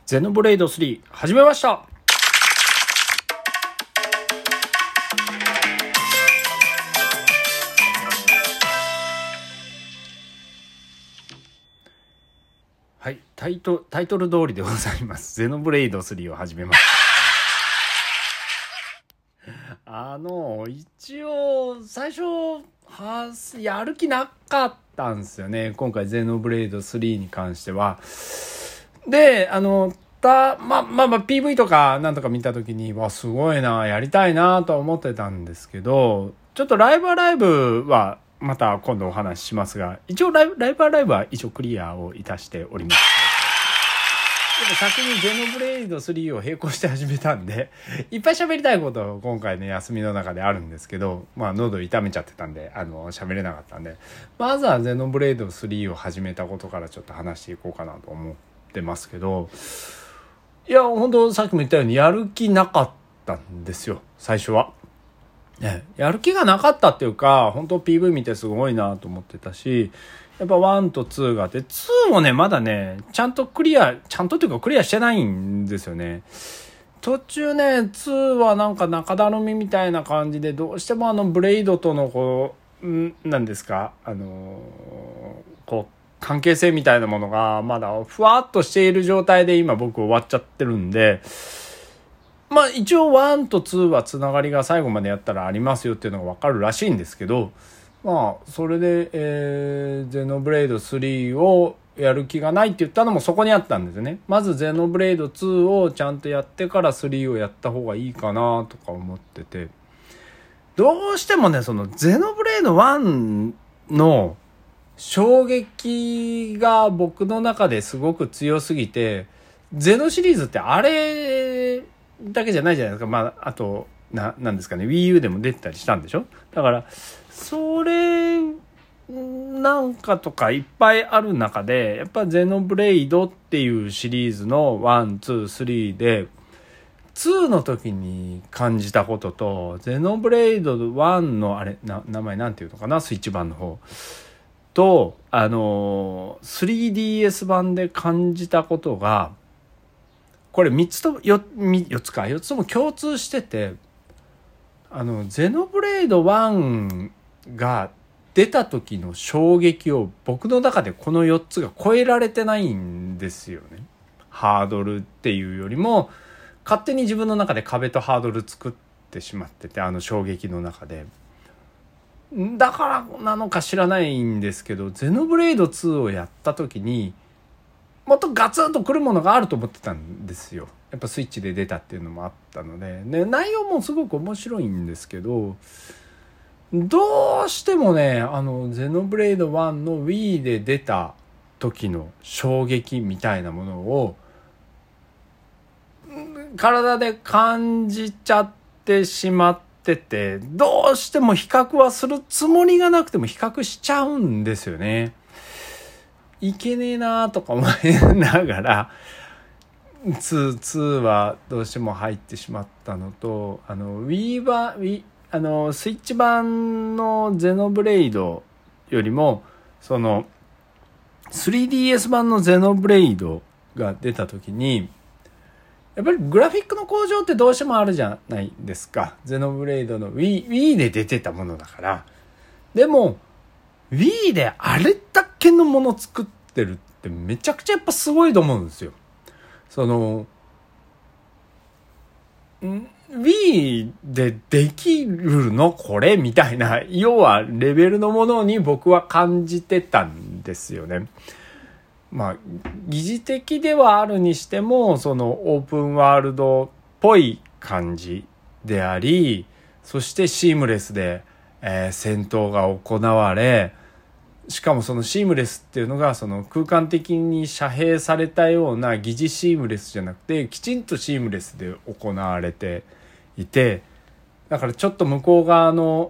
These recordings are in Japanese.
ゼノブレイド3始めました。はい、タイトル通りでございます。ゼノブレイド3を始めました。一応最初やる気なかったんですよね、今回ゼノブレイド3に関しては。でPV とかなんとか見た時にすごいな、やりたいなとは思ってたんですけど、ちょっとライブはまた今度お話ししますが、一応ライブは一応クリアをいたしております。でも先にゼノブレイド3を並行して始めたんで、いっぱい喋りたいこと今回ね休みの中であるんですけど、喉痛めちゃってたんで喋れなかったんで、まずはゼノブレイド3を始めたことからちょっと話していこうかなと思ってますけど、いや本当さっきも言ったようにやる気なかったんですよ最初は。やる気がなかったっていうか、本当 PV 見てすごいなと思ってたし、やっぱ1と2があって、2もねまだねちゃんとっていうかクリアしてないんですよね。途中ね2はなんか中だるみみたいな感じで、どうしてもブレイドとのなんですか関係性みたいなものがまだふわっとしている状態で今僕終わっちゃってるんで、一応1と2はつながりが最後までやったらありますよっていうのが分かるらしいんですけど、それで、ゼノブレイド3をやる気がないって言ったのもそこにあったんですよね。まずゼノブレイド2をちゃんとやってから3をやった方がいいかなとか思ってて、どうしてもねそのゼノブレイド1の衝撃が僕の中ですごく強すぎて、ゼノシリーズってあれだけじゃないじゃないですか。あとなんですかね、 Wii U でも出てたりしたんでしょ。だからそれなんかとかいっぱいある中で、やっぱゼノブレイドっていうシリーズの1、2、3で2の時に感じたことと、ゼノブレイド1の名前なんていうのかな、スイッチ版の方と3DS 版で感じたことが、これ4つとも共通してて、ゼノブレイド1が出た時の衝撃を僕の中でこの4つが超えられてないんですよね。ハードルっていうよりも勝手に自分の中で壁とハードル作ってしまってて、衝撃の中で。だからなのか知らないんですけど、ゼノブレイド2をやった時にもっとガツンとくるものがあると思ってたんですよ。やっぱスイッチで出たっていうのもあったので、内容もすごく面白いんですけど、どうしてもねゼノブレイド1の Wii で出た時の衝撃みたいなものを体で感じちゃってしまってて、どうしても比較はするつもりがなくても比較しちゃうんですよね。いけねえなとか思いながら2はどうしても入ってしまったのと、スイッチ版のゼノブレイドよりもその 3DS 版のゼノブレイドが出た時に、やっぱりグラフィックの向上ってどうしてもあるじゃないですか。ゼノブレイドの Wii で出てたものだから。でも Wii であれだけのもの作ってるってめちゃくちゃやっぱすごいと思うんですよ。Wii でできるのこれみたいな、要はレベルのものに僕は感じてたんですよね。疑似的ではあるにしても、そのオープンワールドっぽい感じであり、そしてシームレスで、戦闘が行われ、しかもそのシームレスっていうのがその空間的に遮蔽されたような疑似シームレスじゃなくて、きちんとシームレスで行われていて、だからちょっと向こう側の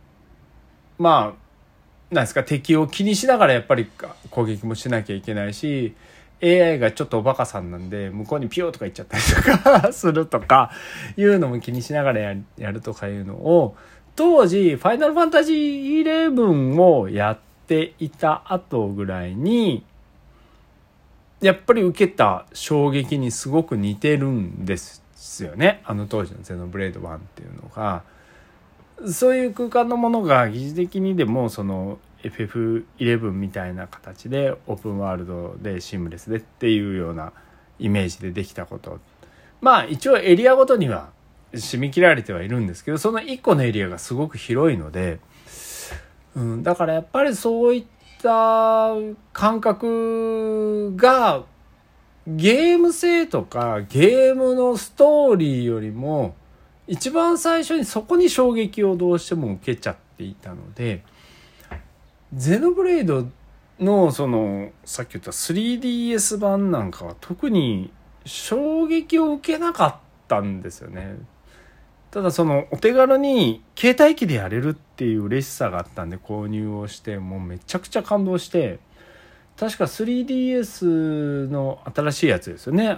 なんですか、敵を気にしながらやっぱり攻撃もしなきゃいけないし、 AI がちょっとおバカさんなんで向こうにピューとか言っちゃったりとかするとかいうのも気にしながらやるとかいうのを、当時ファイナルファンタジー11をやっていた後ぐらいにやっぱり受けた衝撃にすごく似てるんですよね。あの当時のゼノブレード1っていうのが、そういう空間のものが疑似的にでもその FF11 みたいな形でオープンワールドでシームレスでっていうようなイメージでできたこと、まあ一応エリアごとには締め切られてはいるんですけど、その1個のエリアがすごく広いので、だからやっぱりそういった感覚がゲーム性とかゲームのストーリーよりも一番最初にそこに衝撃をどうしても受けちゃっていたので、ゼノブレイドのそのさっき言った 3DS 版なんかは特に衝撃を受けなかったんですよね。ただそのお手軽に携帯機でやれるっていう嬉しさがあったんで購入をして、もうめちゃくちゃ感動して、確か 3DS の新しいやつですよね。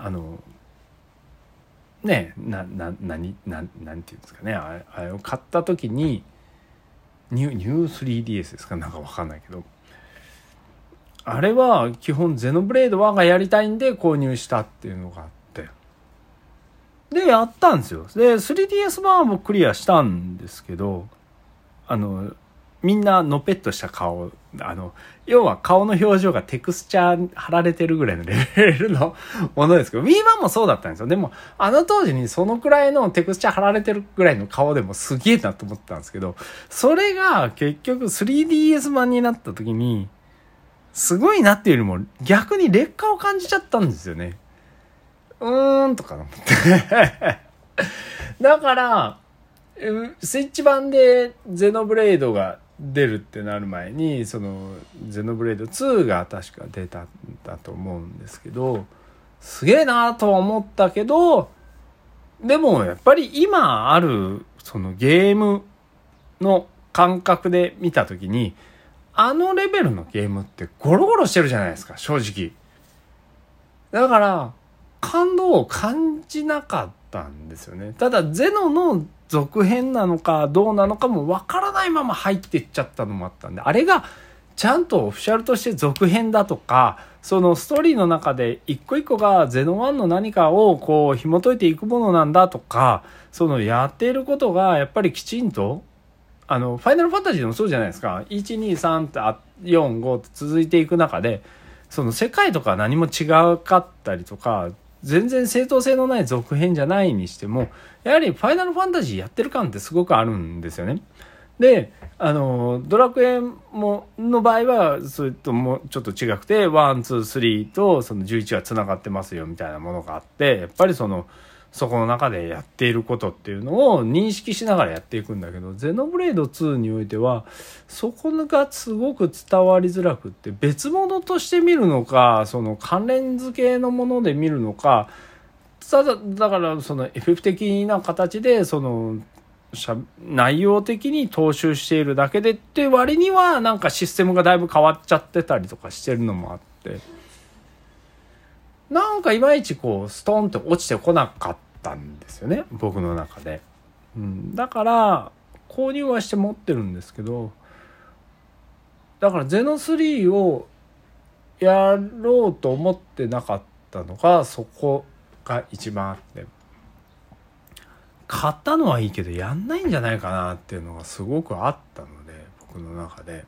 なんていうんですかね、あれを買った時にニュー 3DS ですか、なんかわかんないけど、あれは基本ゼノブレード1がやりたいんで購入したっていうのがあって、でやったんですよ。で 3DS 版は僕クリアしたんですけど、みんなのぺっとした顔、要は顔の表情がテクスチャー貼られてるぐらいのレベルのものですけど、Wii 版もそうだったんですよ。でもあの当時にそのくらいのテクスチャー貼られてるぐらいの顔でもすげえなと思ったんですけど、それが結局 3DS 版になった時にすごいなっていうよりも逆に劣化を感じちゃったんですよね。とか思ってだからスイッチ版でゼノブレイドが出るってなる前に、そのゼノブレイド2が確か出たんだと思うんですけど、すげえなとは思ったけど、でもやっぱり今あるそのゲームの感覚で見た時に、あのレベルのゲームってゴロゴロしてるじゃないですか、正直。だから感動を感じなかったんですよね。ただゼノの続編なのかどうなのかもわからないまま入っていっちゃったのもあったんで、あれがちゃんとオフィシャルとして続編だとか、そのストーリーの中で一個一個がゼノ1の何かをこう紐解いていくものなんだとか、そのやっていることがやっぱりきちんとファイナルファンタジーでもそうじゃないですか。123って4、5って続いていく中で、その世界とか何も違うかったりとか、全然正当性のない続編じゃないにしても、やはりファイナルファンタジーやってる感ってすごくあるんですよね。で、ドラクエもの場合はそれともちょっと違くて、1、2、3とその11は繋がってますよみたいなものがあって、やっぱりそこの中でやっていることっていうのを認識しながらやっていくんだけど、ゼノブレイド2においてはそこがすごく伝わりづらくって、別物として見るのか、その関連付けのもので見るのか、だからその FF 的な形でその内容的に踏襲しているだけでって割にはなんかシステムがだいぶ変わっちゃってたりとかしてるのもあって、なんかいまいちこうストンって落ちてこなかったんですよね、僕の中で。だから購入はして持ってるんですけど、だからゼノ3をやろうと思ってなかったのがそこが一番あって、買ったのはいいけどやんないんじゃないかなっていうのがすごくあったので、僕の中で。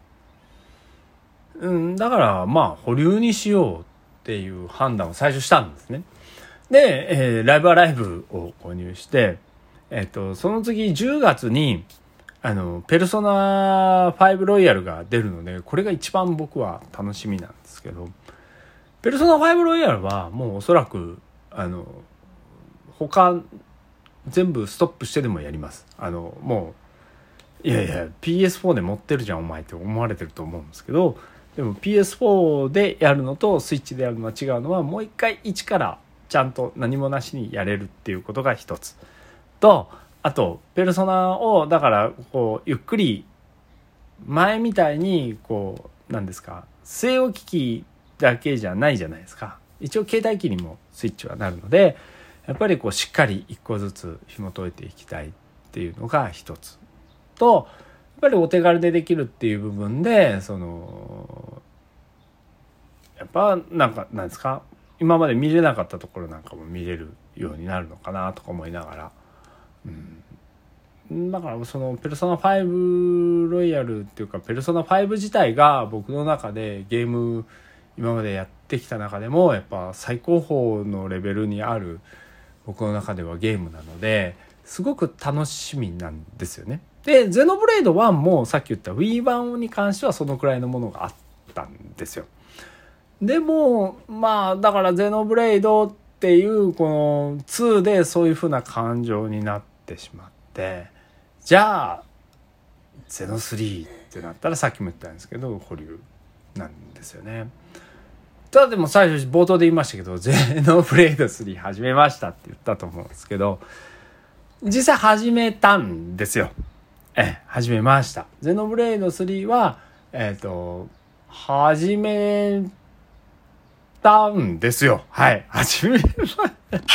だからまあ保留にしようっていう判断を最初したんですね。で、ライブアライブを購入して、その次10月にペルソナ5ロイヤルが出るので、これが一番僕は楽しみなんですけど、ペルソナ5ロイヤルはもうおそらく他全部ストップしてでもやります。もういやいや PS4 で持ってるじゃんお前って思われてると思うんですけど、でも PS4 でやるのとスイッチでやるのは違うのは、もう一回一からちゃんと何もなしにやれるっていうことが一つと、あとペルソナをだからこうゆっくり前みたいにこうなんですか、据え置き機だけじゃないじゃないですか。一応携帯機にもスイッチはなるので、やっぱりこうしっかり一個ずつ紐解いていきたいっていうのが一つと、やっぱりお手軽でできるっていう部分でやっぱなんですか、 今まで見れなかったところなんかも見れるようになるのかなとか思いながら、だからそのペルソナ5ロイヤルっていうかペルソナ5自体が僕の中でゲーム今までやってきた中でもやっぱ最高峰のレベルにある僕の中ではゲームなのですごく楽しみなんですよね。でゼノブレイド1もさっき言った Wii 版に関してはそのくらいのものがあったんですよ。でもまあだからゼノブレイドっていうこの2でそういう風な感情になってしまって、じゃあゼノ3ってなったらさっきも言ったんですけど保留なんですよね。ただでも最初冒頭で言いましたけどゼノブレイド3始めましたって言ったと思うんですけど、実際始めたんですよ。始めました。ゼノブレイド3は始めたんですよ。はい。始めまかなこっち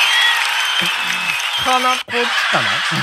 か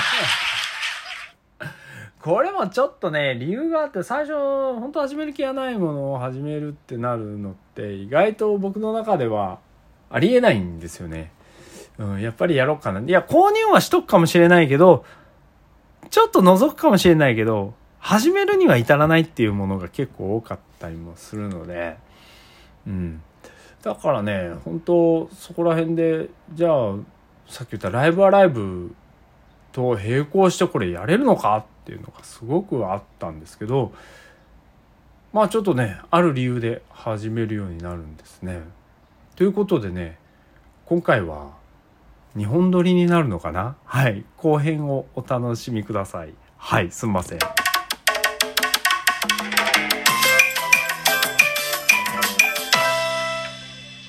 なこれもちょっとね理由があって、最初本当始める気がないものを始めるってなるのって意外と僕の中ではありえないんですよね。やっぱりやろうかな。いや購入はしとくかもしれないけど、ちょっと覗くかもしれないけど始めるには至らないっていうものが結構多かったりもするので、だからね本当そこら辺でじゃあさっき言ったライブアライブと並行してこれやれるのかっていうのがすごくあったんですけど、まあちょっとねある理由で始めるようになるんですね。ということでね今回は2本撮りになるのかな。はい、後編をお楽しみください。はい、すみません。